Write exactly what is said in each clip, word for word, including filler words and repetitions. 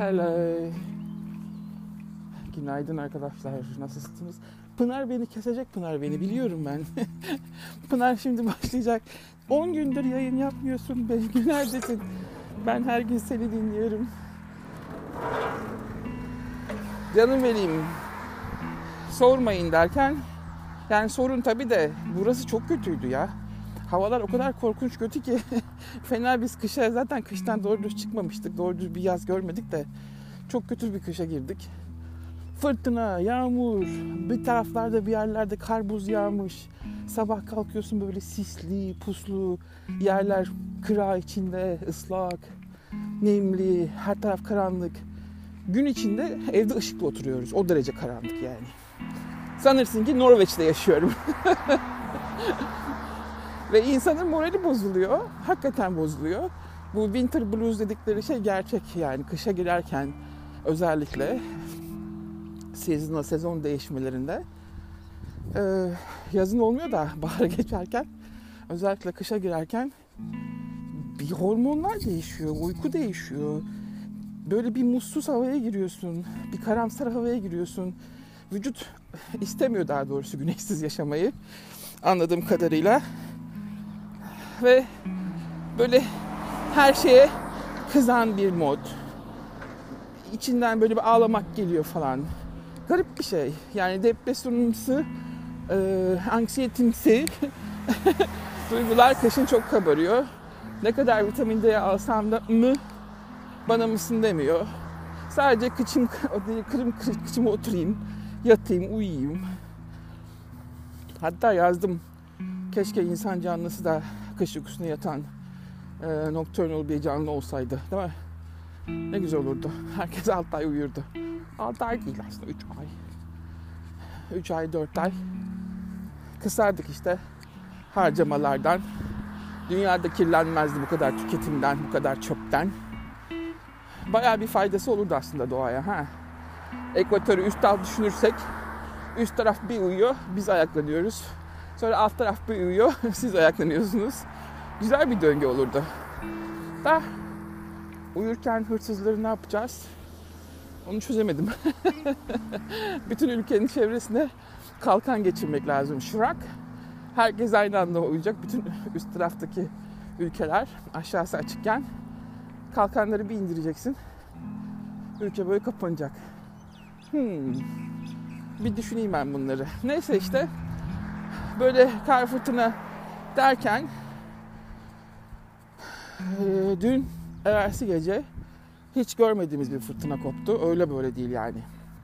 Hello. Günaydın arkadaşlar. Nasılsınız? Pınar beni kesecek, Pınar beni biliyorum ben. Pınar şimdi başlayacak. on gündür yayın yapmıyorsun. Beni neredesin? Ben her gün seni dinliyorum. Canım benim. Sormayın derken, yani sorun tabii de burası çok kötüydü ya. Havalar o kadar korkunç kötü ki fena, biz kışa zaten kıştan doğru düz çıkmamıştık. Doğru düz bir yaz görmedik de çok kötü bir kışa girdik. Fırtına, yağmur, bir taraflarda bir yerlerde kar buz yağmış. Sabah kalkıyorsun böyle sisli, puslu, yerler kıra içinde, ıslak, nemli, her taraf karanlık. Gün içinde evde ışıkla oturuyoruz. O derece karanlık yani. Sanırsın ki Norveç'te yaşıyorum. Ve insanın morali bozuluyor. Hakikaten bozuluyor. Bu winter blues dedikleri şey gerçek yani. Kışa girerken özellikle sezon, sezon değişmelerinde ee, yazın olmuyor da bahara geçerken, özellikle kışa girerken bir hormonlar değişiyor, uyku değişiyor. Böyle bir mutsuz havaya giriyorsun, bir karamsar havaya giriyorsun. Vücut istemiyor daha doğrusu güneşsiz yaşamayı anladığım kadarıyla. Ve böyle her şeye kızan bir mod. İçinden böyle bir ağlamak geliyor falan. Garip bir şey. Yani depresyonumsu, e, anksiyetimsi duygular kışın çok kabarıyor. Ne kadar vitamin D alsam da mı bana mısın demiyor. Sadece kıçım, kırım kıçıma oturayım, yatayım, uyuyayım. Hatta yazdım. Keşke insan canlısı da kış uykusuna yatan e, nocturnal bir canlı olsaydı, değil mi? Ne güzel olurdu. Herkes altı ay uyurdu. altı ay değil aslında, üç ay. üç ay, dört ay. Kısardık işte harcamalardan. Dünyada kirlenmezdi bu kadar tüketimden, bu kadar çöpten. Bayağı bir faydası olurdu aslında doğaya. Ha? Ekvatörü üst alt düşünürsek, üst taraf bir uyuyor, biz ayaklanıyoruz. Sonra alt taraf bir uyuyor, siz ayaklanıyorsunuz. Güzel bir döngü olurdu. Da uyurken hırsızları ne yapacağız? Onu çözemedim. Bütün ülkenin çevresine kalkan geçirmek lazım. Şurak. Herkes aynı anda uyuyacak. Bütün üst taraftaki ülkeler aşağısı açıkken kalkanları bir indireceksin. Ülke böyle kapanacak. Hmm. Bir düşüneyim ben bunları. Neyse işte böyle kar fırtına derken e, dün evvelsi gece hiç görmediğimiz bir fırtına koptu. Öyle böyle değil yani.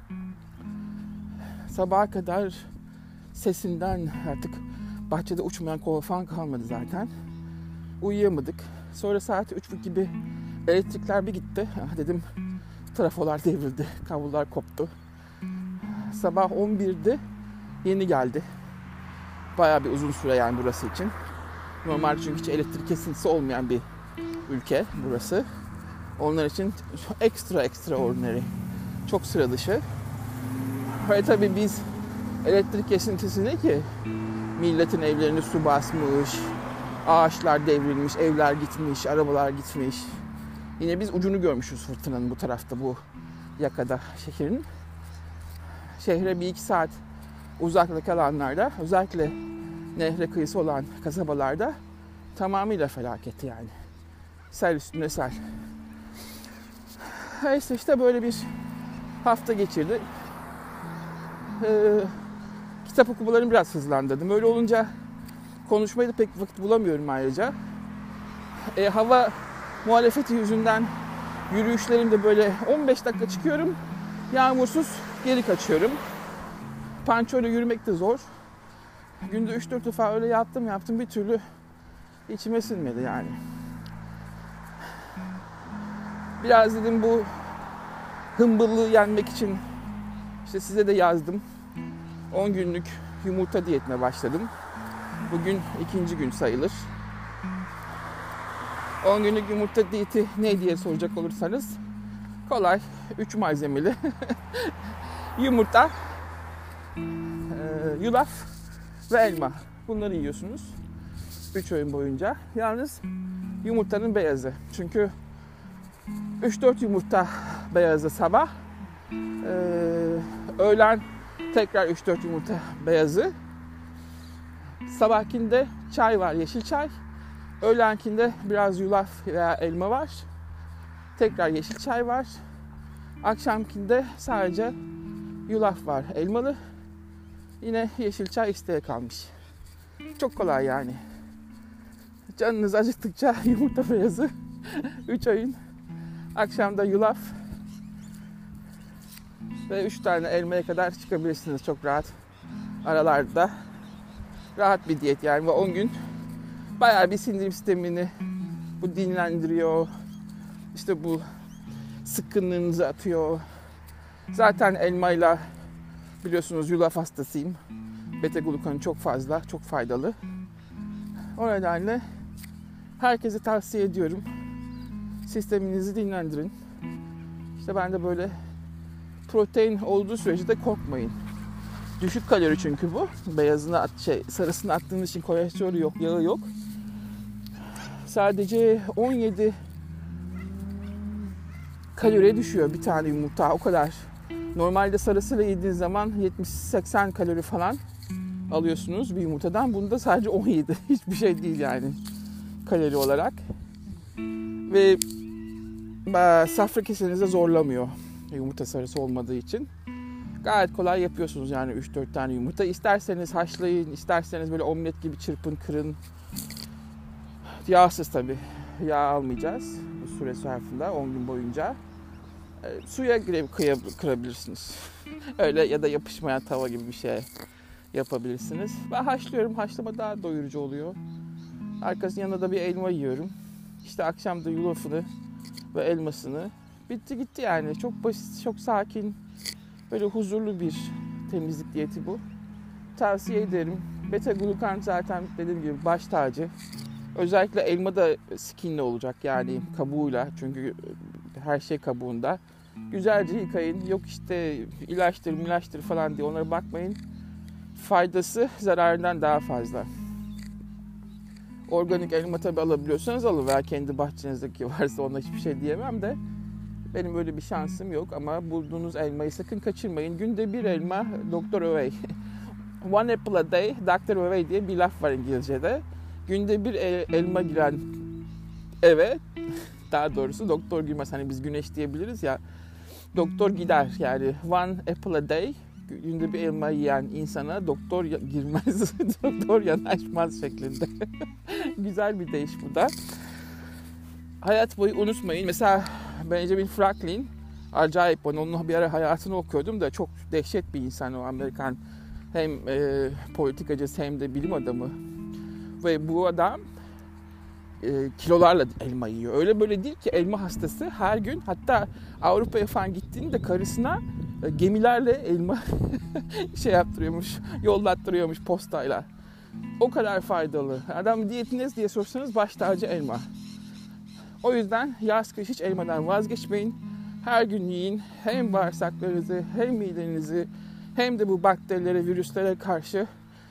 Sabaha kadar sesinden artık bahçede uçmayan kova falan kalmadı zaten. Uyuyamadık. Sonra saat üç gibi elektrikler bir gitti. Ah dedim, trafolar devrildi, kablolar koptu. Sabah on birde yeni geldi. Bayağı bir uzun süre yani burası için. Normal çünkü hiç elektrik kesintisi olmayan bir ülke burası. Onlar için ekstra ekstra ordinary. Çok sıra dışı. Ve tabii biz elektrik kesintisi ne ki? Milletin evlerini su basmış, ağaçlar devrilmiş, evler gitmiş, arabalar gitmiş. Yine biz ucunu görmüşüz fırtınanın bu tarafta, bu yakada şehrin. Şehre bir iki saat uzaklık alanlarda, özellikle nehre kıyısı olan kasabalarda tamamıyla felaket yani. Sel üstüne sel. Neyse işte böyle bir hafta geçirdik. Ee, kitap okumalarını biraz hızlandırdım. Öyle olunca konuşmayı da pek vakit bulamıyorum ayrıca. Ee, hava muhalefeti yüzünden yürüyüşlerimde böyle on beş dakika çıkıyorum. Yağmursuz geri kaçıyorum. Pançoyla yürümek de zor. Günde üç dört defa öyle yaptım yaptım bir türlü içime sinmedi yani. Biraz dedim bu hımbıllığı yenmek için işte size de yazdım. on günlük yumurta diyetine başladım. Bugün ikinci gün sayılır. on günlük yumurta diyeti ne diye soracak olursanız kolay, üç malzemeli. Yumurta, yulaf ve elma. Bunları yiyorsunuz üç öğün boyunca. Yalnız yumurtanın beyazı. Çünkü üç dört yumurta beyazı sabah. Ee, öğlen tekrar üç dört yumurta beyazı. Sabahkinde çay var, yeşil çay. Öğlenkinde biraz yulaf veya elma var. Tekrar yeşil çay var. Akşamkinde sadece yulaf var, elmalı. Yine yeşil çay isteğe kalmış. Çok kolay yani. Canınız acıktıkça yumurta beyazı. üç öğün. Akşamda yulaf. Ve üç tane elmaya kadar çıkabilirsiniz çok rahat. Aralarda. Rahat bir diyet yani. Ve on gün bayağı bir sindirim sistemini bu dinlendiriyor. İşte bu sıkkınlığınızı atıyor. Zaten elmayla biliyorsunuz yulaf hastasıyım. Beta glukonu çok fazla, çok faydalı. O nedenle herkese tavsiye ediyorum. Sisteminizi dinlendirin. İşte ben de böyle protein olduğu sürece de korkmayın. Düşük kalori çünkü bu. Beyazını at, şey, sarısını attığınız için kolesterolü yok, yağı yok. Sadece on yedi kaloriye düşüyor bir tane yumurta. O kadar. Normalde sarısıyla yediğiniz zaman yetmiş seksen kalori falan alıyorsunuz bir yumurtadan. Bunda sadece on yedi. Hiçbir şey değil yani kalori olarak. Ve safra kesenize zorlamıyor yumurta sarısı olmadığı için. Gayet kolay yapıyorsunuz yani üç dört tane yumurta. İsterseniz haşlayın, isterseniz böyle omlet gibi çırpın, kırın. Yağsız tabii. Yağ almayacağız bu süre zarfında on gün boyunca. E, suya girip kırabilirsiniz. Öyle ya da yapışmayan tava gibi bir şey yapabilirsiniz. Ben haşlıyorum. Haşlama daha doyurucu oluyor. Arkasının yanında da bir elma yiyorum. İşte akşam da yulafını ve elmasını. Bitti gitti yani. Çok basit, çok sakin. Böyle huzurlu bir temizlik diyeti bu. Tavsiye ederim. Beta glukan zaten dediğim gibi baş tacı. Özellikle elma da skinli olacak yani kabuğuyla. Çünkü her şey kabuğunda. Güzelce yıkayın. Yok işte ilaçtır, milaçtır falan diye onlara bakmayın. Faydası zararından daha fazla. Organik elma tabii alabiliyorsanız alın veya kendi bahçenizdeki varsa ona hiçbir şey diyemem de benim öyle bir şansım yok ama bulduğunuz elmayı sakın kaçırmayın. Günde bir elma Doktor Owey. One apple a day, Doktor Owey diye bir laf var İngilizce'de. Günde bir el, elma giren eve, daha doğrusu doktor girmez. Hani biz güneş diyebiliriz ya, doktor gider yani one apple a day. Günde bir elma yiyen insana doktor girmez, doktor yanaşmaz şeklinde. Güzel bir deyiş bu da. Hayat boyu unutmayın. Mesela Benjamin Franklin, acayip, onun bir ara hayatını okuyordum da çok dehşet bir insan o Amerikan. Hem e, politikacısı hem de bilim adamı. Ve bu adam e, kilolarla elma yiyor. Öyle böyle değil ki, elma hastası her gün, hatta Avrupa'ya falan gittiğinde karısına e, gemilerle elma şey yaptırıyormuş, yollattırıyormuş postayla. O kadar faydalı. Adam diyetiniz diye sorsanız baş tacı elma. O yüzden yaz kış hiç elmadan vazgeçmeyin. Her gün yiyin. Hem bağırsaklarınızı hem midenizi hem de bu bakterilere, virüslere karşı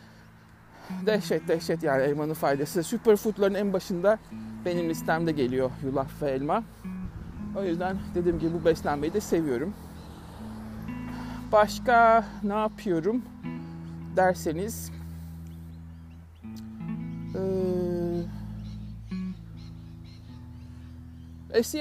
dehşet dehşet yani elmanın faydası. Superfood'ların en başında benim listemde geliyor yulaf ve elma. O yüzden dediğim gibi bu beslenmeyi de seviyorum. Başka ne yapıyorum derseniz ee, S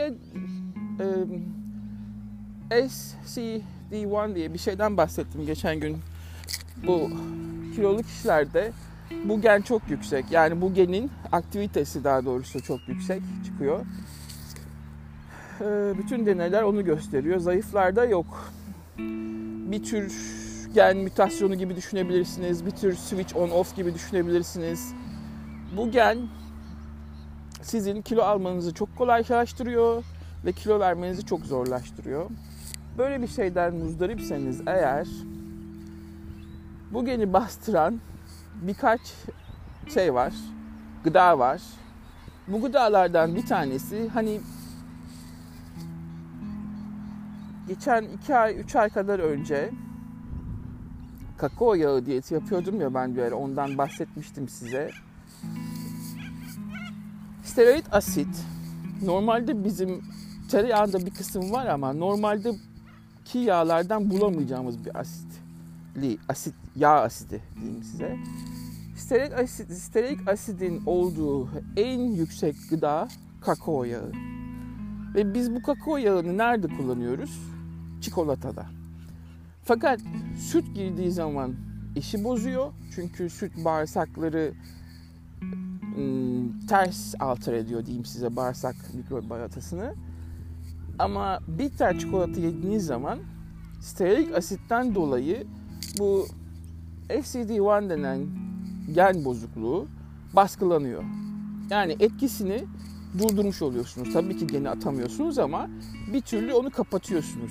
C D bir diye bir şeyden bahsettim geçen gün. Bu kilolu kişilerde bu gen çok yüksek. Yani bu genin aktivitesi daha doğrusu çok yüksek çıkıyor. Ee, bütün deneyler onu gösteriyor. Zayıflarda yok. Bir tür gen mutasyonu gibi düşünebilirsiniz. Bir tür switch on off gibi düşünebilirsiniz. Bu gen sizin kilo almanızı çok kolaylaştırıyor ve kilo vermenizi çok zorlaştırıyor. Böyle bir şeyden muzdaripseniz eğer, bu geni bastıran birkaç şey var, gıda var. Bu gıdalardan bir tanesi, hani geçen iki ay, üç ay kadar önce kakao yağı diyeti yapıyordum ya ben bir ara, ondan bahsetmiştim size. Stearit asit, normalde bizim tereyağında bir kısım var ama normaldeki yağlardan bulamayacağımız bir asitli, asit, yağ asidi diyeyim size. Stearik asit, stearik asidin olduğu en yüksek gıda kakao yağı. Ve biz bu kakao yağını nerede kullanıyoruz? Çikolatada. Fakat süt girdiği zaman işi bozuyor. Çünkü süt bağırsakları ım, ters alter ediyor diyeyim size, bağırsak mikrobiyotasını. Ama bitter çikolata yediğiniz zaman stearik asitten dolayı bu F C D bir denen gen bozukluğu baskılanıyor. Yani etkisini durdurmuş oluyorsunuz. Tabii ki geni atamıyorsunuz ama bir türlü onu kapatıyorsunuz.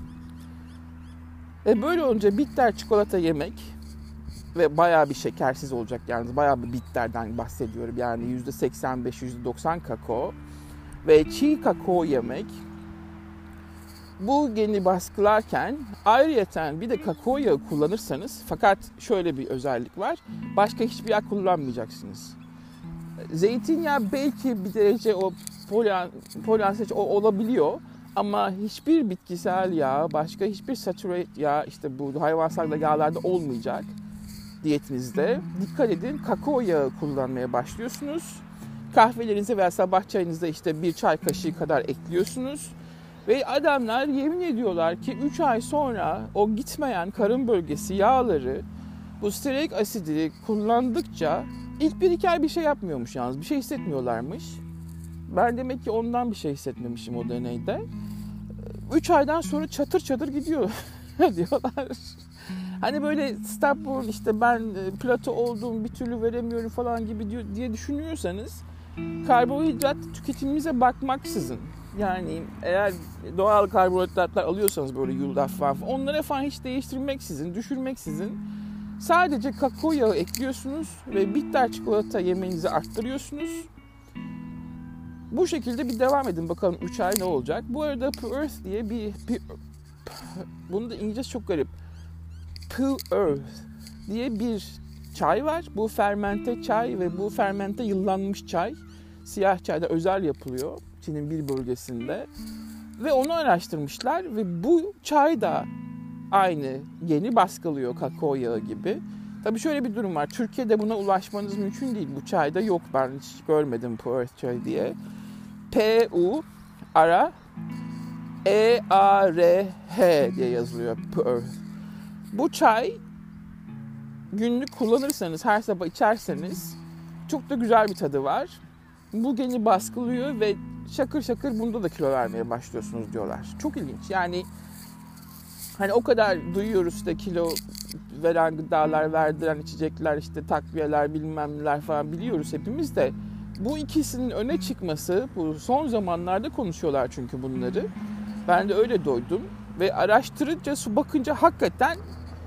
Ve böyle olunca bitter çikolata yemek ve bayağı bir şekersiz olacak, yani bayağı bir bitterden bahsediyorum. Yani yüzde seksen beş yüzde doksan kakao ve çiğ kakao yemek bu geni baskılarken ayrıyeten bir de kakao yağı kullanırsanız, fakat şöyle bir özellik var. Başka hiçbir yağ kullanmayacaksınız. Zeytinyağı belki bir derece o poliansatüre olabiliyor ama hiçbir bitkisel yağ, başka hiçbir satürate yağ, işte bu hayvansal yağlarda olmayacak diyetinizde. Dikkat edin, kakao yağı kullanmaya başlıyorsunuz. Kahvelerinize veya sabah çayınızda işte bir çay kaşığı kadar ekliyorsunuz. Ve adamlar yemin ediyorlar ki üç ay sonra o gitmeyen karın bölgesi yağları bu stearik asidi kullandıkça ilk bir iki ay bir şey yapmıyormuş yalnız. Bir şey hissetmiyorlarmış. Ben demek ki ondan bir şey hissetmemişim o deneyde. üç aydan sonra çatır çatır gidiyor diyorlar. Hani böyle stop, işte ben plato oldum bir türlü veremiyorum falan gibi diyor, diye düşünüyorsanız karbonhidrat tüketimimize bakmaksızın, yani eğer doğal karbonhidratlar alıyorsanız böyle yulaf falan, onlara falan hiç değiştirmeksizin, düşürmeksizin sadece kakao yağı ekliyorsunuz ve bitter çikolata yemenizi arttırıyorsunuz. Bu şekilde bir devam edin bakalım üç ay ne olacak. Bu arada Pure Earth diye bir, bir bunu da İngilizce çok garip. Pure Earth diye bir çay var. Bu fermente çay ve bu fermente yıllanmış çay. Siyah çayda özel yapılıyor Çin'in bir bölgesinde. Ve onu araştırmışlar ve bu çay da aynı geni baskılıyor kakao yağı gibi. Tabii şöyle bir durum var. Türkiye'de buna ulaşmanız mümkün değil. Bu çayda yok. Ben hiç görmedim Pure Earth çay diye. P U ara E A R H diye yazılıyor Pure Earth. Bu çay günlük kullanırsanız, her sabah içerseniz çok da güzel bir tadı var. Bu geni baskılıyor ve şakır şakır bunda da kilo vermeye başlıyorsunuz diyorlar. Çok ilginç. Yani hani o kadar duyuyoruz işte kilo veren gıdalar, verdiren içecekler, işte takviyeler, bilmem neler falan biliyoruz hepimiz de. Bu ikisinin öne çıkması, bu son zamanlarda konuşuyorlar çünkü bunları. Ben de öyle doydum ve araştırınca, su bakınca hakikaten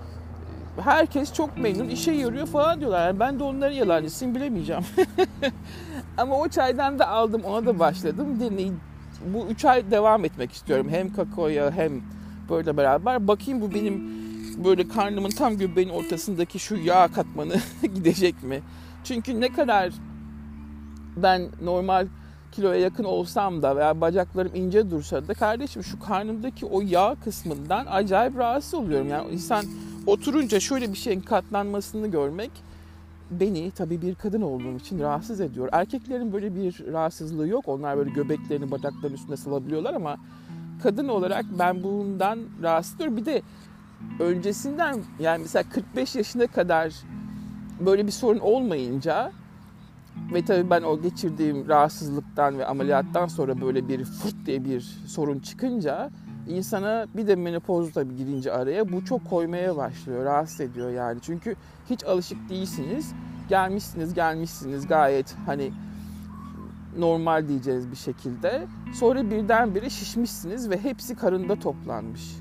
herkes çok memnun, işe yarıyor falan diyorlar. Yani ben de onların yalancısıyım, bilemeyeceğim. Ama o çaydan da aldım, ona da başladım. Deney, bu üç ay devam etmek istiyorum. Hem kakaoya hem böyle beraber. Bakayım bu benim böyle karnımın tam göbeğinin ortasındaki şu yağ katmanı gidecek mi? Çünkü ne kadar ben normal kiloya yakın olsam da veya bacaklarım ince dursa da kardeşim şu karnımdaki o yağ kısmından acayip rahatsız oluyorum. Yani insan oturunca şöyle bir şeyin katlanmasını görmek beni, tabii bir kadın olduğum için, rahatsız ediyor. Erkeklerin böyle bir rahatsızlığı yok. Onlar böyle göbeklerini bacaklarının üstüne salabiliyorlar ama kadın olarak ben bundan rahatsız ediyorum. Bir de öncesinden, yani mesela kırk beş yaşına kadar böyle bir sorun olmayınca ve tabii ben o geçirdiğim rahatsızlıktan ve ameliyattan sonra böyle bir fırt diye bir sorun çıkınca insana, bir de menopoz tabii girince araya, bu çok koymaya başlıyor, rahatsız ediyor yani. Çünkü hiç alışık değilsiniz. Gelmişsiniz, gelmişsiniz gayet hani normal diyeceğiz bir şekilde. Sonra birdenbire şişmişsiniz ve hepsi karında toplanmış.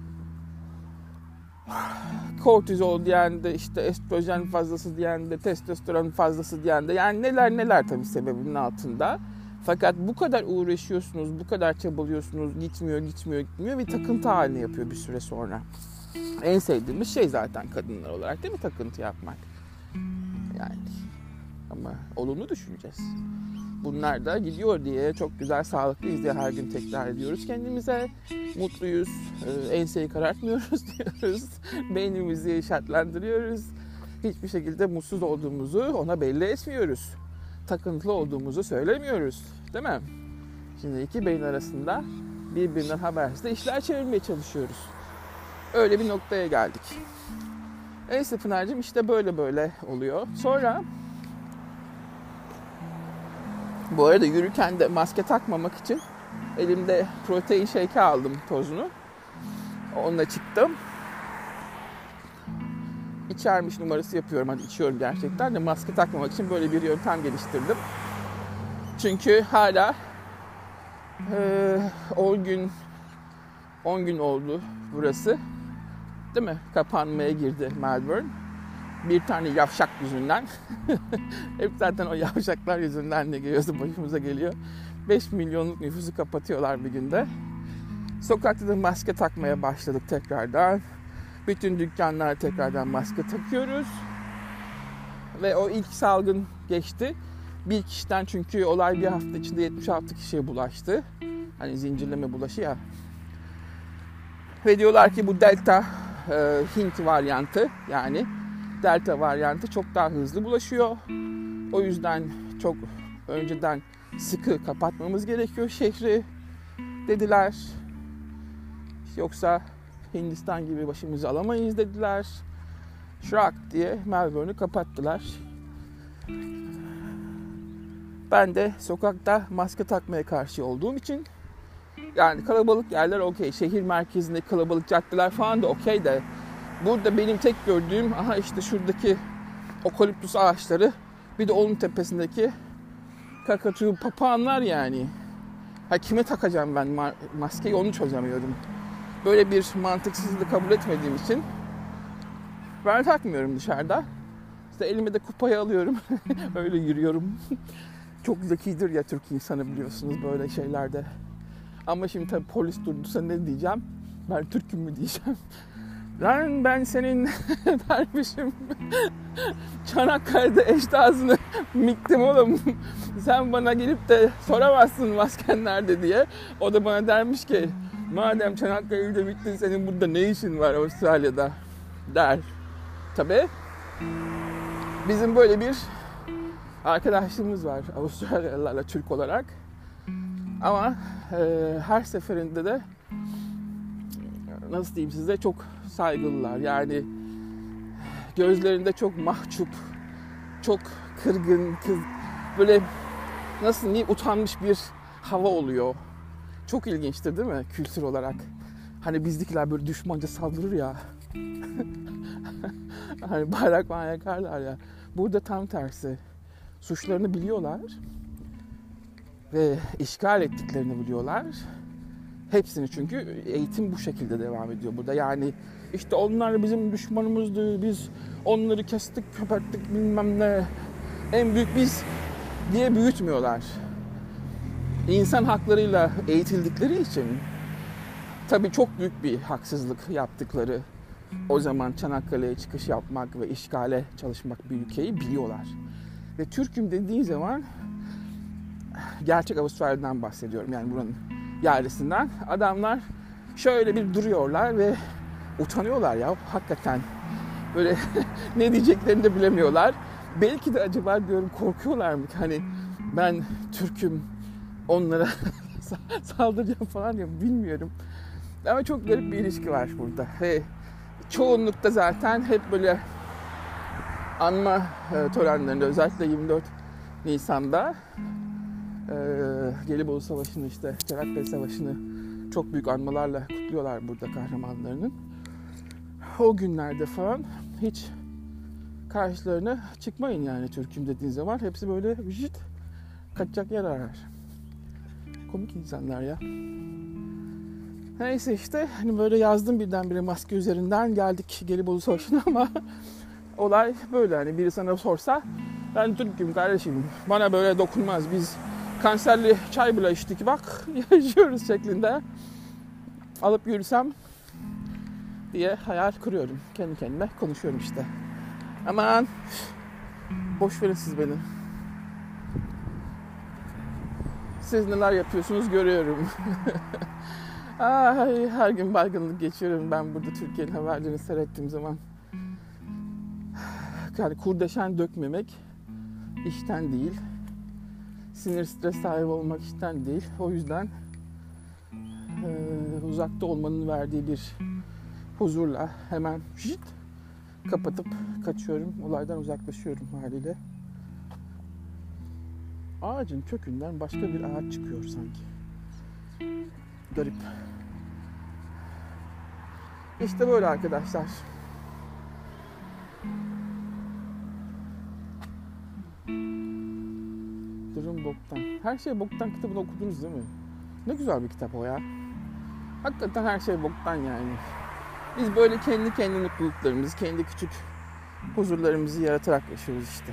Kortizol diyen de, işte estrojen fazlası diyen de, testosteron fazlası diyen de, yani neler neler tabii sebebinin altında. Fakat bu kadar uğraşıyorsunuz, bu kadar çabalıyorsunuz, gitmiyor, gitmiyor, gitmiyor ve takıntı haline yapıyor bir süre sonra. En sevdiğimiz şey zaten kadınlar olarak, değil mi, takıntı yapmak? Yani ama olumlu düşüneceğiz. bunlar da gidiyor diye, çok güzel, sağlıklıyız diye her gün tekrar ediyoruz kendimize. Mutluyuz, enseyi karartmıyoruz diyoruz. Beynimizi şartlandırıyoruz. Hiçbir şekilde mutsuz olduğumuzu ona belli etmiyoruz. Takıntılı olduğumuzu söylemiyoruz. Değil mi? Şimdi iki beyin arasında birbirinden habersiz işler çevirmeye çalışıyoruz. Öyle bir noktaya geldik. Neyse Pınar'cığım, işte böyle böyle oluyor. Sonra bu arada yürürken de maske takmamak için elimde protein shake aldım, tozunu. Onunla çıktım. İçermiş numarası yapıyorum. Hadi içiyorum gerçekten de maske takmamak için böyle bir yöntem geliştirdim. Çünkü hala on gün on gün oldu burası. Değil mi? Kapanmaya girdi Melbourne. Bir tane yavşak yüzünden. Hep zaten o yavşaklar yüzünden ne geliyorsa başımıza geliyor. beş milyonluk nüfusu kapatıyorlar bir günde. Sokakta da maske takmaya başladık tekrardan. Bütün dükkanlar tekrardan maske takıyoruz. Ve o ilk salgın geçti. Bir kişiden, çünkü olay bir hafta içinde yetmiş altı kişiye bulaştı. Hani zincirleme bulaşı ya. Ve diyorlar ki bu Delta e, Hint varyantı, yani Delta varyantı çok daha hızlı bulaşıyor. O yüzden çok önceden sıkı kapatmamız gerekiyor şehri dediler. Yoksa Hindistan gibi başımızı alamayız dediler. Şrak diye Melbourne'ü kapattılar. Ben de sokakta maske takmaya karşı olduğum için, yani kalabalık yerler okey, şehir merkezinde kalabalık caddeler falan da okey de burada benim tek gördüğüm, aha işte şuradaki okaliptüs ağaçları, bir de onun tepesindeki kakatu papağanlar yani. Ha, kime takacağım ben maskeyi, onu çözemiyorum. Böyle bir mantıksızlığı kabul etmediğim için ben takmıyorum dışarıda. İşte elime de kupayı alıyorum. Öyle yürüyorum. Çok zekidir ya Türk insanı, biliyorsunuz böyle şeylerde. Ama şimdi tabii polis durduysa ne diyeceğim? Ben Türk'üm mü diyeceğim? Lan ben senin dermişim. Çanakkale'de eştağızını miktim oğlum. Sen bana gelip de soramazsın masken nerede diye. O da bana dermiş ki, madem Çanakkale'de bittin, senin burada ne işin var Avustralya'da der. Tabii bizim böyle bir arkadaşlığımız var Avustralyalılarla Türk olarak. Ama e, her seferinde de nasıl diyeyim size, çok saygılılar. Yani gözlerinde çok mahcup, çok kırgın, kız, böyle nasıl diyeyim, utanmış bir hava oluyor. Çok ilginçtir değil mi kültür olarak? Hani bizdekiler böyle düşmanca saldırır ya. Hani bayrak falan yakarlar ya. Burada tam tersi. Suçlarını biliyorlar ve işgal ettiklerini biliyorlar. Hepsini, çünkü eğitim bu şekilde devam ediyor burada. Yani işte onlar bizim düşmanımızdı, biz onları kestik, kapattık bilmem ne, en büyük biz diye büyütmüyorlar. İnsan haklarıyla eğitildikleri için tabii çok büyük bir haksızlık yaptıkları, o zaman Çanakkale'ye çıkış yapmak ve işgale çalışmak bir ülkeyi biliyorlar. Ve Türk'üm dediğin zaman, gerçek Avustralya'dan bahsediyorum, yani buranın yerlisinden, adamlar şöyle bir duruyorlar ve utanıyorlar ya hakikaten. Böyle ne diyeceklerini de bilemiyorlar. Belki de acaba diyorum, korkuyorlar mı? Hani ben Türk'üm, onlara saldıracağım falan ya, bilmiyorum. Ama çok garip bir ilişki var burada. Ve çoğunlukta zaten hep böyle anma e, törenlerinde, özellikle yirmi dört Nisan'da e, Gelibolu Savaşı'nı, işte Çanakkale Savaşı'nı çok büyük anmalarla kutluyorlar burada kahramanlarının. O günlerde falan hiç karşılarına çıkmayın yani Türk'üm dediğin zaman. Hepsi böyle vücut kaçacak yer arar. Komik insanlar ya. Neyse işte hani böyle yazdım birdenbire maske üzerinden, geldik Gelibolu Savaşı'na ama olay böyle, hani biri sana sorsa ben Türk'üm kardeşim, bana böyle dokunmaz, biz kanserli çay bile içtik bak yaşıyoruz şeklinde alıp yürüsem diye hayal kuruyorum. Kendi kendime konuşuyorum işte. Aman boş verin siz beni. Siz neler yapıyorsunuz görüyorum. Ay, her gün baygınlık geçiyorum ben burada Türkiye'nin haberlerini seyrettiğim zaman. Yani kurdeşen dökmemek işten değil. Sinir stres sahibi olmak işten değil. O yüzden e, uzakta olmanın verdiği bir huzurla hemen şişt, kapatıp kaçıyorum. Olaydan uzaklaşıyorum haliyle. Ağacın kökünden başka bir ağaç çıkıyor sanki. Garip. İşte böyle arkadaşlar. Durum boktan. Her şey boktan kitabını okudunuz değil mi? Ne güzel bir kitap o ya. Hakikaten her şey boktan yani. Biz böyle kendi kendi mutluluklarımızı, kendi küçük huzurlarımızı yaratarak yaşıyoruz işte.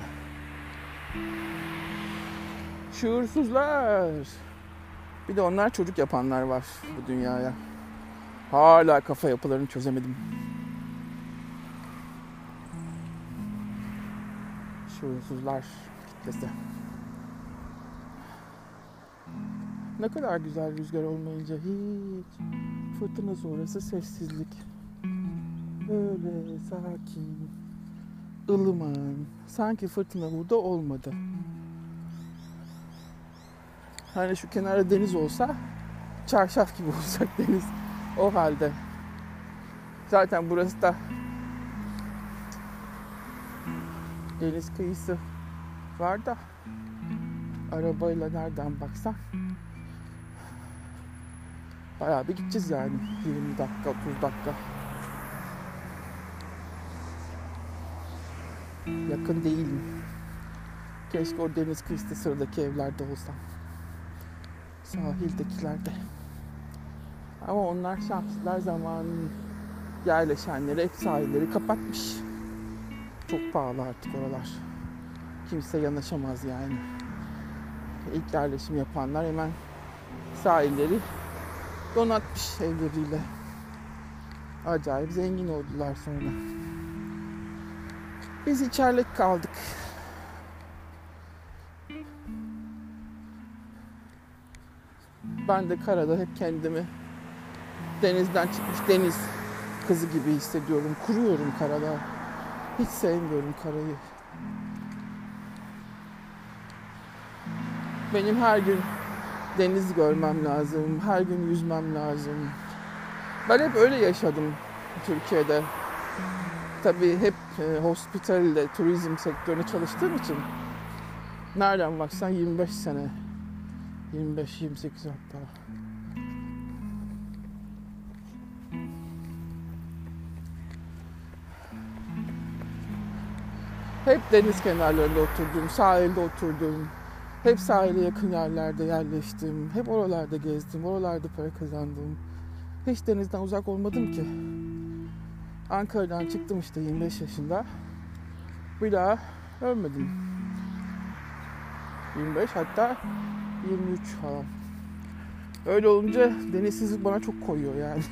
Şuursuzlar. Bir de onlar çocuk yapanlar var bu dünyaya. Hala kafa yapılarını çözemedim. Şuursuzlar kitlesi. Ne kadar güzel rüzgar olmayınca hiç. Fırtına sonrası sessizlik. Böyle sakin, ılıman. Sanki fırtına burada olmadı. Hani şu kenarda deniz olsa çarşaf gibi olacak deniz. O halde. Zaten burası da deniz kıyısı var da arabayla nereden baksan bayağı bir gideceğiz yani. yirmi dakika, otuz dakika. Yakın değilim. Keşke o deniz kıyısı sıradaki evlerde olsam. Sahildekilerde. Ama onlar şanslılar, zamanın yerleşenleri hep sahilleri kapatmış. Çok pahalı artık oralar. Kimse yanaşamaz yani. İlk yerleşim yapanlar hemen sahilleri donatmış evleriyle. Acayip zengin oldular sonra. Biz içerlik kaldık. Ben de karada hep kendimi denizden çıkmış deniz kızı gibi hissediyorum. Kuruyorum karada. Hiç sevmiyorum karayı. Benim her gün deniz görmem lazım. Her gün yüzmem lazım. Ben hep öyle yaşadım Türkiye'de. Tabii hep e, hospitalde, turizm sektöründe çalıştığım için nereden baksan yirmi beş sene. yirmi beş yirmi sekiz hatta. Hep deniz kenarlarında oturdum, sahilde oturdum. Hep sahile yakın yerlerde yerleştim. Hep oralarda gezdim, oralarda para kazandım. Hiç denizden uzak olmadım ki. Ankara'dan çıktım işte yirmi beş yaşında. Bir daha ölmedim. yirmi beş hatta yirmi üç falan. Öyle olunca denizsizlik bana çok koyuyor yani.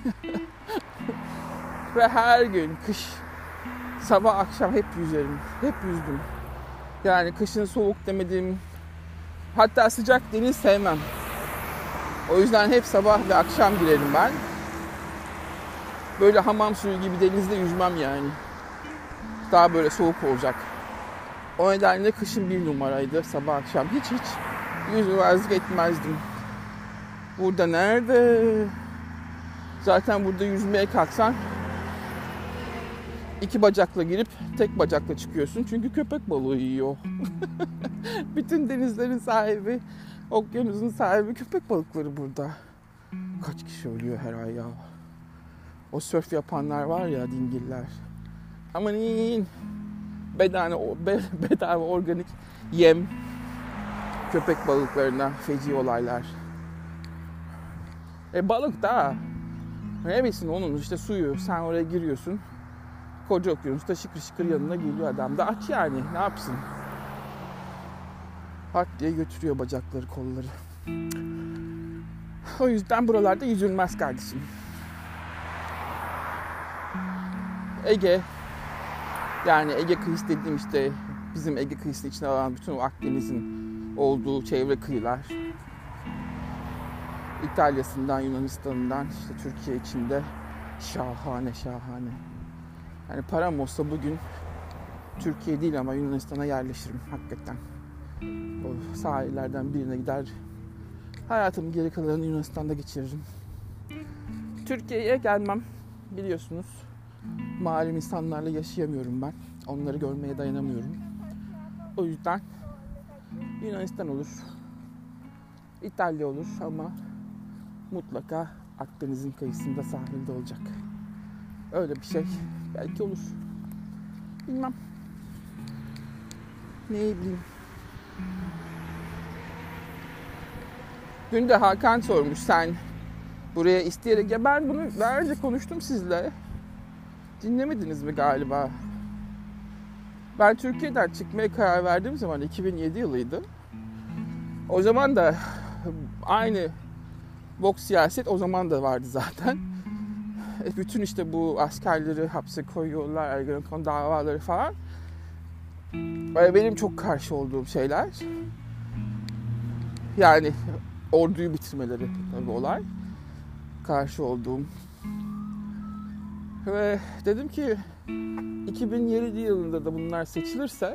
Ve her gün kış, sabah akşam hep yüzerim. Hep yüzdüm. Yani kışın soğuk demedim. Hatta sıcak deniz sevmem. O yüzden hep sabah ve akşam girerim ben. Böyle hamam suyu gibi denizde yüzmem yani. Daha böyle soğuk olacak. O nedenle kışın bir numaraydı sabah akşam. Hiç hiç yüzmezlik etmezdim. Burada nerede? Zaten burada yüzmeye kalksan iki bacakla girip tek bacakla çıkıyorsun. Çünkü köpek balığı yiyor. Bütün denizlerin sahibi, okyanusun sahibi köpek balıkları burada. Kaç kişi ölüyor her ay ya. O sörf yapanlar var ya, dingiller. Amanin. Bedava, bedava organik yem köpek balıklarına, feci olaylar. E balık da ne bilsin onun işte suyu, sen oraya giriyorsun, koca okyanusta şıkır şıkır yanına geliyor adam da aç yani, ne yapsın, hat diye götürüyor bacakları, kolları. O yüzden buralarda yüzülmez kardeşim. Ege, yani Ege kıyısı dediğim işte bizim Ege kıyısının içine alan bütün o Akdeniz'in olduğu çevre kıyılar. İtalya'sından, Yunanistan'dan, işte Türkiye içinde şahane şahane. Yani param olsa bugün Türkiye değil ama Yunanistan'a yerleşirim hakikaten. O sahillerden birine gider, hayatımın geri kalanını Yunanistan'da geçiririm. Türkiye'ye gelmem, biliyorsunuz. Malum insanlarla yaşayamıyorum ben. Onları görmeye dayanamıyorum. O yüzden Yunanistan olur, İtalya olur ama mutlaka Akdeniz'in kıyısında, sahilde olacak. Öyle bir şey belki olur. Bilmem. Ne bileyim. Dün de Hakan sormuş, sen buraya isteyerek... Ya ben bunu daha önce konuştum sizle. Dinlemediniz mi galiba? Ben Türkiye'den çıkmaya karar verdiğim zaman iki bin yedi yılıydı. O zaman da aynı bok siyaset o zaman da vardı zaten. Bütün işte bu askerleri hapse koyuyorlar, Ergenekon davaları falan. Benim çok karşı olduğum şeyler. Yani orduyu bitirmeleri tabii olay. Karşı olduğum. Ve dedim ki iki bin yedi yılında da bunlar seçilirse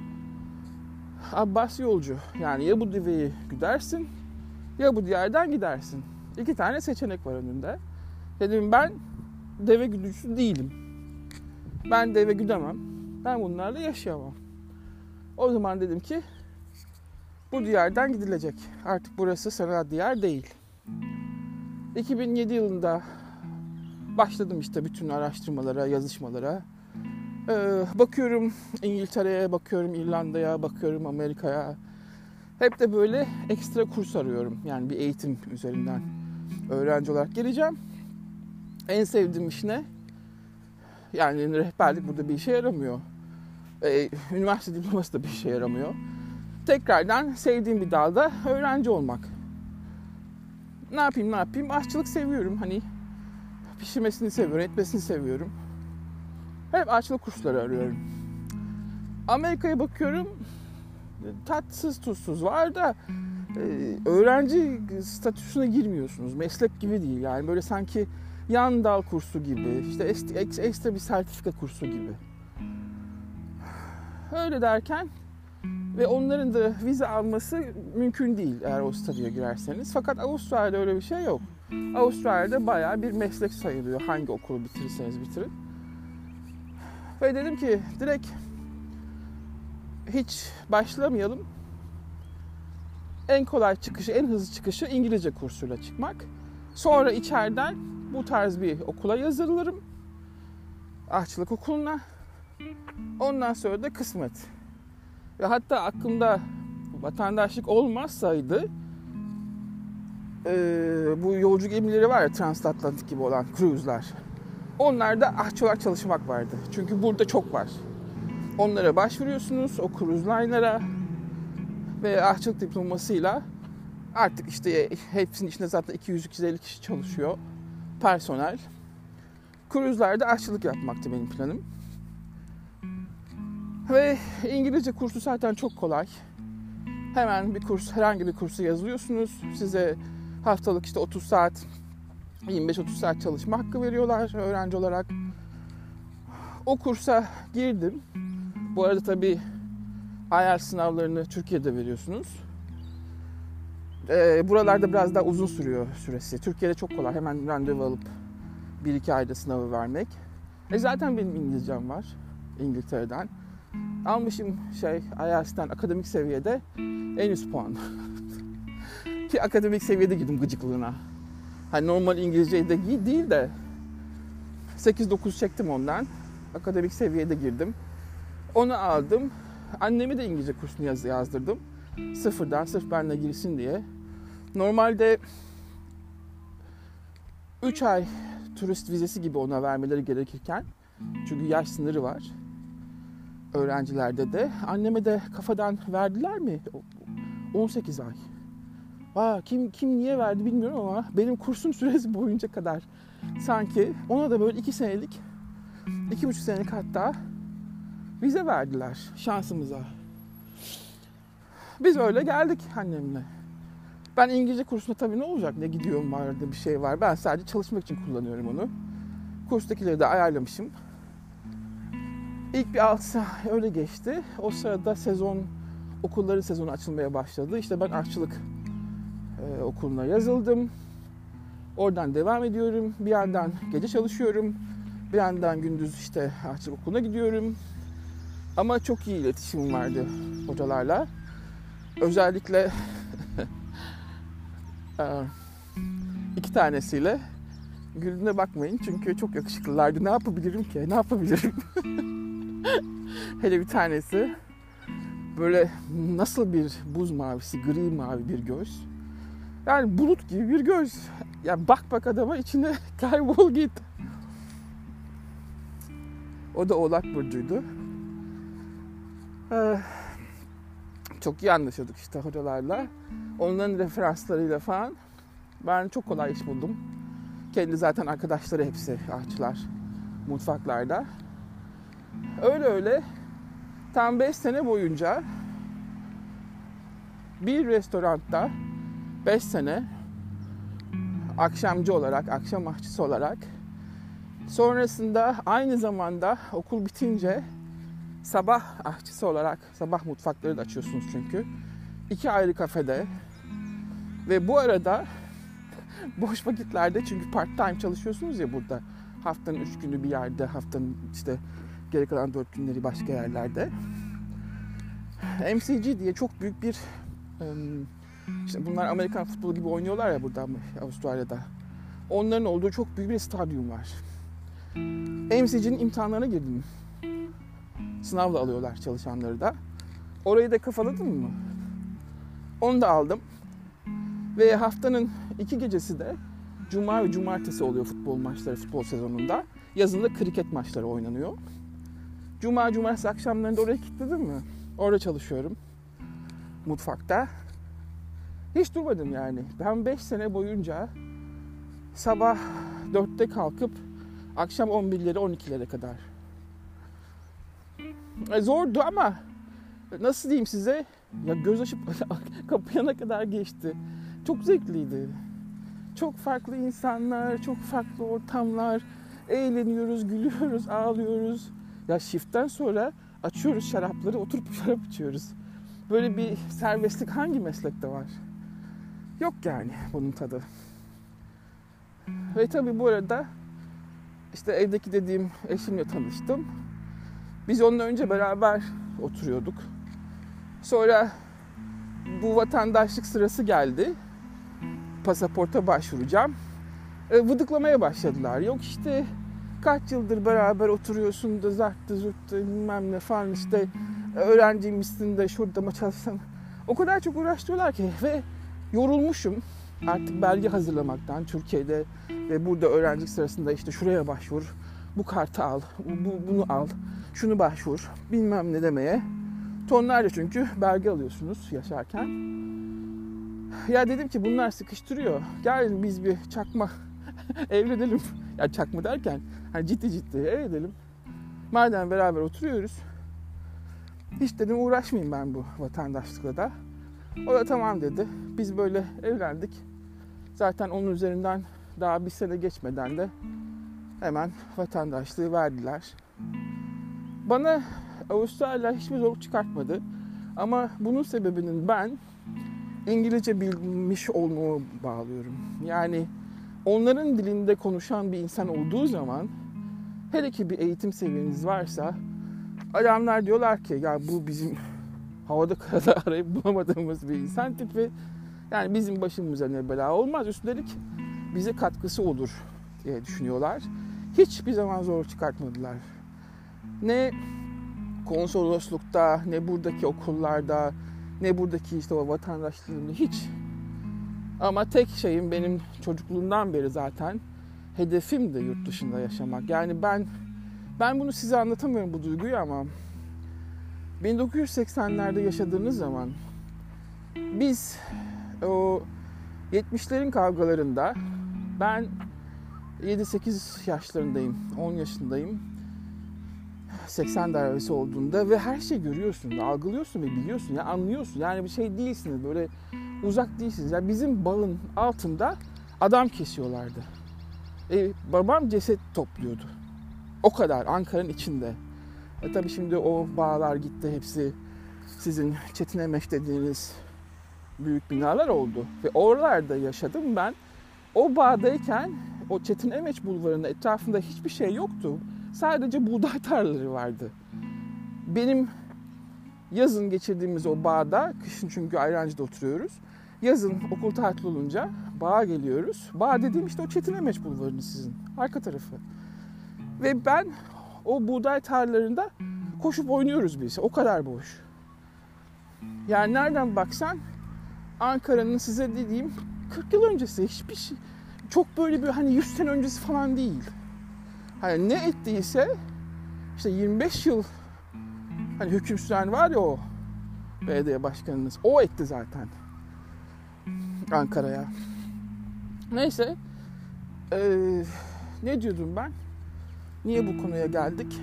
Abbas yolcu. Yani ya bu diveyi güdersin ya bu diğerden gidersin. İki tane seçenek var önünde. Dedim ben deve güdücüsü değilim. Ben deve güdemem. Ben bunlarla yaşayamam. O zaman dedim ki bu diyardan gidilecek. Artık burası sana diyar değil. iki bin yedi yılında başladım işte bütün araştırmalara, yazışmalara. Ee, bakıyorum İngiltere'ye, bakıyorum İrlanda'ya, bakıyorum Amerika'ya. Hep de böyle ekstra kurs arıyorum. Yani bir eğitim üzerinden öğrenci olarak geleceğim. En sevdiğim iş ne? Yani rehberlik burada bir işe yaramıyor. Ee, üniversite diploması da bir işe yaramıyor. Tekrardan sevdiğim bir dalda öğrenci olmak. Ne yapayım ne yapayım? Aşçılık seviyorum. Hani pişirmesini seviyorum, etmesini seviyorum. Hep aşçılık kursları arıyorum. Amerika'ya bakıyorum. Tatsız tuzsuz var da e, öğrenci statüsüne girmiyorsunuz. Meslek gibi değil. Yani böyle sanki yan dal kursu gibi, işte ekstra bir sertifika kursu gibi. Öyle derken ve onların da vize alması mümkün değil eğer o statüye girerseniz. Fakat Avustralya'da öyle bir şey yok. Avustralya'da bayağı bir meslek sayılıyor. Hangi okulu bitirirseniz bitirin. Ve dedim ki direkt hiç başlamayalım. En kolay çıkışı, en hızlı çıkışı İngilizce kursuyla çıkmak. Sonra içeriden bu tarz bir okula yazılırım. Aşçılık okuluna. Ondan sonra da kısmet. Ve hatta aklımda vatandaşlık olmazsaydı e, bu yolcu gemileri var ya, transatlantik gibi olan cruise'lar. Onlarda aşçı olarak çalışmak vardı. Çünkü burada çok var. Onlara başvuruyorsunuz, o cruise line'lara ve aşçılık diplomasıyla artık işte hepsinin içinde zaten iki yüz iki yüz elli kişi çalışıyor. Personel. Cruise'larda aşçılık yapmaktı benim planım. Ve İngilizce kursu zaten çok kolay. Hemen bir kurs, herhangi bir kursa yazılıyorsunuz. Size haftalık işte otuz saat, yirmi beş otuz saat çalışma hakkı veriyorlar öğrenci olarak. O kursa girdim. Bu arada tabii I E L T S sınavlarını Türkiye'de veriyorsunuz. Ee, buralarda biraz daha uzun sürüyor süresi. Türkiye'de çok kolay. Hemen randevu alıp bir iki ayda sınavı vermek. E zaten benim İngilizcem var İngiltere'den. Almışım şey I E L T S'ten akademik seviyede en üst puan. Ki akademik seviyede girdim gıcıklığına. Hani normal İngilizce'de değil de sekiz dokuz çektim ondan. Akademik seviyede girdim. Onu aldım. Annemi de İngilizce kursunu yaz, yazdırdım. Sıfırdan, sırf benimle girsin diye. Normalde üç ay turist vizesi gibi ona vermeleri gerekirken, çünkü yaş sınırı var öğrencilerde de. Anneme de kafadan verdiler mi? on sekiz ay. Aa, kim kim niye verdi bilmiyorum ama benim kursum süresi boyunca kadar sanki ona da böyle iki senelik, iki buçuk senelik hatta vize verdiler şansımıza. Biz öyle geldik annemle. Ben İngilizce kursunda tabii ne olacak? Ne gidiyorum vardı bir şey var. Ben sadece çalışmak için kullanıyorum onu. Kurstakileri de ayarlamışım. İlk bir altı ay öyle geçti. O sırada sezon, okulların sezonu açılmaya başladı. İşte ben aşçılık e, okuluna yazıldım. Oradan devam ediyorum. Bir yandan gece çalışıyorum. Bir yandan gündüz işte aşçılık okuluna gidiyorum. Ama çok iyi iletişimim vardı hocalarla. Özellikle iki tanesiyle. Güldüğüne bakmayın çünkü çok yakışıklılardı. Ne yapabilirim ki? Ne yapabilirim? Hele bir tanesi böyle nasıl bir buz mavisi, gri mavi bir göz. Yani bulut gibi bir göz. Yani bak bak adama, içine kaybol git. O da Oğlak burcuydu. Ee, çok iyi anlaşıyorduk işte hocalarla. Onların referanslarıyla falan ben çok kolay iş buldum. Kendi zaten arkadaşları hepsi aşçılar mutfaklarda. Öyle öyle tam beş sene boyunca bir restoranda beş sene akşamcı olarak, akşam aşçısı olarak, sonrasında aynı zamanda okul bitince sabah aşçısı olarak, sabah mutfakları da açıyorsunuz çünkü. İki ayrı kafede ve bu arada boş vakitlerde, çünkü part time çalışıyorsunuz ya burada. Haftanın üç günü bir yerde, haftanın işte geri kalan dört günleri başka yerlerde. M C G diye çok büyük bir, işte bunlar Amerikan futbolu gibi oynuyorlar ya burada Avustralya'da. Onların olduğu çok büyük bir stadyum var. M C G'nin imtihanlarına girdim. Sınavla alıyorlar çalışanları da. Orayı da kafaladım mı? Onu da aldım. Ve haftanın iki gecesi de cuma ve cumartesi oluyor futbol maçları futbol sezonunda. Yazında kriket maçları oynanıyor. Cuma cumartesi akşamlarında oraya kilitledim mi? Orada çalışıyorum. Mutfakta. Hiç durmadım yani. Ben beş sene boyunca sabah dörtte kalkıp akşam on birlere on ikilere kadar. E, zordu ama nasıl diyeyim size? Ya göz açıp kapayana kadar geçti. Çok zevkliydi. Çok farklı insanlar, çok farklı ortamlar. Eğleniyoruz, gülüyoruz, ağlıyoruz. Ya shift'ten sonra açıyoruz şarapları, oturup şarap içiyoruz. Böyle bir serbestlik hangi meslekte var? Yok yani bunun tadı. Ve tabii bu arada işte evdeki dediğim eşimle tanıştım. Biz onunla önce beraber oturuyorduk. Sonra bu vatandaşlık sırası geldi. Pasaporta başvuracağım. E, vıdıklamaya başladılar. Yok işte kaç yıldır beraber oturuyorsun da zarttı zurttı bilmem ne falan, işte öğrenciymişsin de şurada mı çalışsan. O kadar çok uğraştırıyorlar ki ve yorulmuşum artık belge hazırlamaktan Türkiye'de ve burada öğrencilik sırasında işte şuraya başvur, bu kartı al, bu, bunu al, şunu başvur bilmem ne demeye. Tonlarca çünkü belge alıyorsunuz yaşarken. Ya dedim ki bunlar sıkıştırıyor. Gel biz bir çakma evlenelim. Ya çakma derken hani ciddi ciddi evlenelim. Madem beraber oturuyoruz. Hiç dedim uğraşmayayım ben bu vatandaşlıkla da. O da tamam dedi. Biz böyle evlendik. Zaten onun üzerinden daha bir sene geçmeden de hemen vatandaşlığı verdiler. Bana Avustralya hiçbir zorluk çıkartmadı. Ama bunun sebebinin ben İngilizce bilmiş olmamı bağlıyorum. Yani onların dilinde konuşan bir insan olduğu zaman, hele ki bir eğitim seviyeniz varsa, adamlar diyorlar ki ya bu bizim havada karada arayıp bulamadığımız bir insan tipi. Yani bizim başımıza ne bela olmaz, üstelik bize katkısı olur diye düşünüyorlar. Hiçbir zaman zorluk çıkartmadılar. Ne konsoloslukta, ne buradaki okullarda, ne buradaki işte o vatandaşlığımda hiç. Ama tek şeyim, benim çocukluğumdan beri zaten hedefim de yurt dışında yaşamak. Yani ben ben bunu size anlatamıyorum bu duyguyu ama bin dokuz yüz seksenlerde yaşadığınız zaman biz o yetmişlerin kavgalarında, ben yedi sekiz yaşlarındayım, on yaşındayım. seksen darbesi olduğunda ve her şeyi görüyorsun, algılıyorsun ve biliyorsun, ya anlıyorsun. Yani bir şey değilsiniz, böyle uzak değilsiniz. Yani bizim bağın altında adam kesiyorlardı. E, babam ceset topluyordu. O kadar Ankara'nın içinde. E tabii şimdi o bağlar gitti, hepsi sizin Çetin Emeç dediğiniz büyük binalar oldu. Ve oralarda yaşadım ben. O bağdayken o Çetin Emeç bulvarının etrafında hiçbir şey yoktu. Sadece buğday tarlaları vardı. Benim yazın geçirdiğimiz o bağda, kışın çünkü Ayrancı'da oturuyoruz. Yazın okul tatili olunca bağa geliyoruz. Bağ dediğim işte o Çetin Emeç bulvarının sizin arka tarafı. Ve ben o buğday tarlalarında koşup oynuyoruz biz. O kadar boş. Yani nereden baksan Ankara'nın size dediğim kırk yıl öncesi, hiçbir şey. Çok böyle bir hani yüz sene öncesi falan değil. Hani ne ettiyse işte yirmi beş yıl hani hüküm süren var ya o belediye başkanınız. O etti zaten Ankara'ya. Neyse. Ee, ne diyordum ben? Niye bu konuya geldik?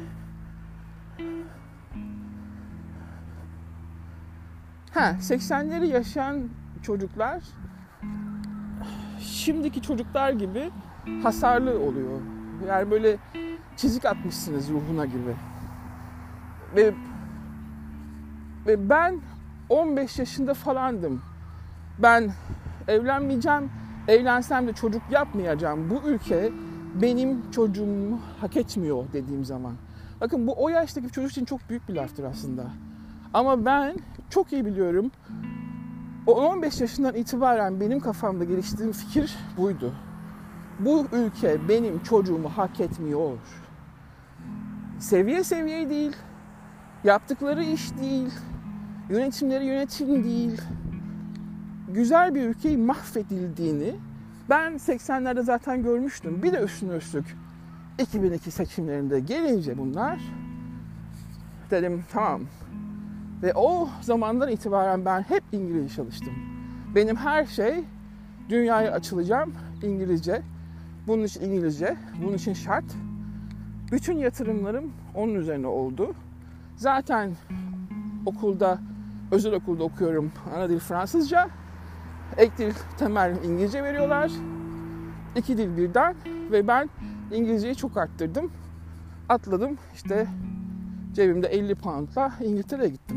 Ha, seksenleri yaşayan çocuklar şimdiki çocuklar gibi hasarlı oluyor. Yani böyle çizik atmışsınız ruhuna gibi. Ve, ve ben on beş yaşında falandım. Ben evlenmeyeceğim, evlensem de çocuk yapmayacağım. Bu ülke benim çocuğumu hak etmiyor dediğim zaman. Bakın bu o yaştaki bir çocuk için çok büyük bir laftır aslında. Ama ben çok iyi biliyorum. O on beş yaşından itibaren benim kafamda geliştirdiğim fikir buydu. Bu ülke benim çocuğumu hak etmiyor. Seviye seviye değil, yaptıkları iş değil, yönetimleri yönetim değil. Güzel bir ülkeyi mahvedildiğini ben seksenlerde zaten görmüştüm. Bir de üstüne üstlük iki bin iki seçimlerinde gelince bunlar, dedim tamam. Ve o zamandan itibaren ben hep İngilizce çalıştım. Benim her şey, dünyaya açılacağım İngilizce. Bunun için İngilizce, bunun için şart. Bütün yatırımlarım onun üzerine oldu. Zaten okulda, özel okulda okuyorum. Ana dil Fransızca. Ek dil temel İngilizce veriyorlar. İki dil birden. Ve ben İngilizceyi çok arttırdım. Atladım. İşte cebimde elli poundla İngiltere'ye gittim.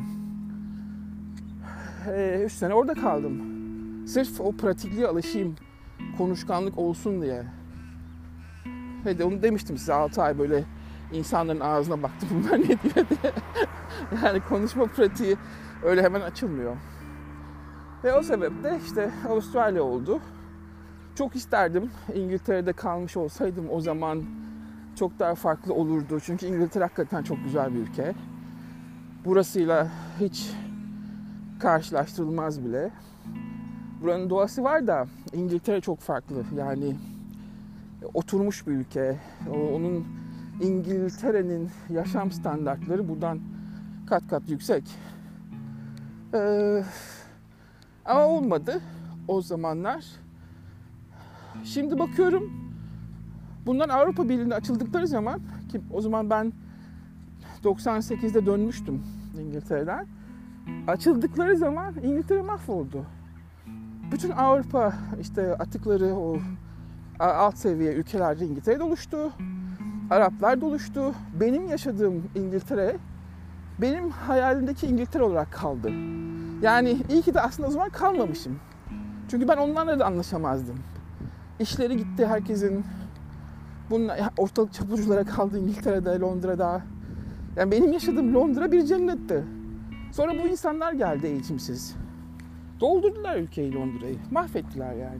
Ee, üç sene orada kaldım. Sırf o pratikliğe alışayım. Konuşkanlık olsun diye. Ve de onu demiştim size, altı ay böyle insanların ağzına baktım bunlar ne diyor diye. Yani konuşma pratiği öyle hemen açılmıyor. Ve o sebeple işte Avustralya oldu. Çok isterdim İngiltere'de kalmış olsaydım, o zaman çok daha farklı olurdu. Çünkü İngiltere hakikaten çok güzel bir ülke. Burasıyla hiç karşılaştırılmaz bile. Buranın doğası var da İngiltere çok farklı. Yani oturmuş bir ülke. Onun, İngiltere'nin yaşam standartları buradan kat kat yüksek. Ee, ama olmadı o zamanlar. Şimdi bakıyorum, bunlar Avrupa Birliği'ne açıldıkları zaman, ki o zaman ben doksan sekizde dönmüştüm İngiltere'den. Açıldıkları zaman İngiltere mahvoldu. Bütün Avrupa işte atıkları, o alt seviye ülkeler İngiltere'de oluştu. Araplar da oluştu. Benim yaşadığım İngiltere, benim hayalimdeki İngiltere olarak kaldı. Yani iyi ki de aslında o zaman kalmamışım. Çünkü ben onlarla da anlaşamazdım. İşleri gitti herkesin. Bunlar ortalık çapuculara kaldı İngiltere'de, Londra'da. Yani benim yaşadığım Londra bir cennetti. Sonra bu insanlar geldi eğitimsiz. Doldurdular ülkeyi, Londra'yı. Mahvettiler yani.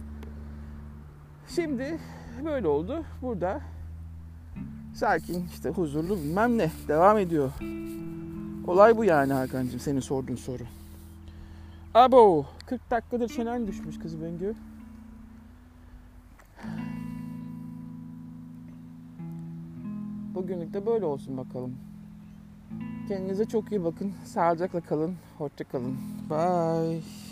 Şimdi böyle oldu. Burada sakin, işte huzurlu bilmem ne devam ediyor. Olay bu yani Hakan'cığım, senin sorduğun soru. Abo, kırk dakikadır çenen düşmüş kız Bengü. Bugünlük de böyle olsun bakalım. Kendinize çok iyi bakın. Sağlıcakla kalın. Hoşça kalın. Bye.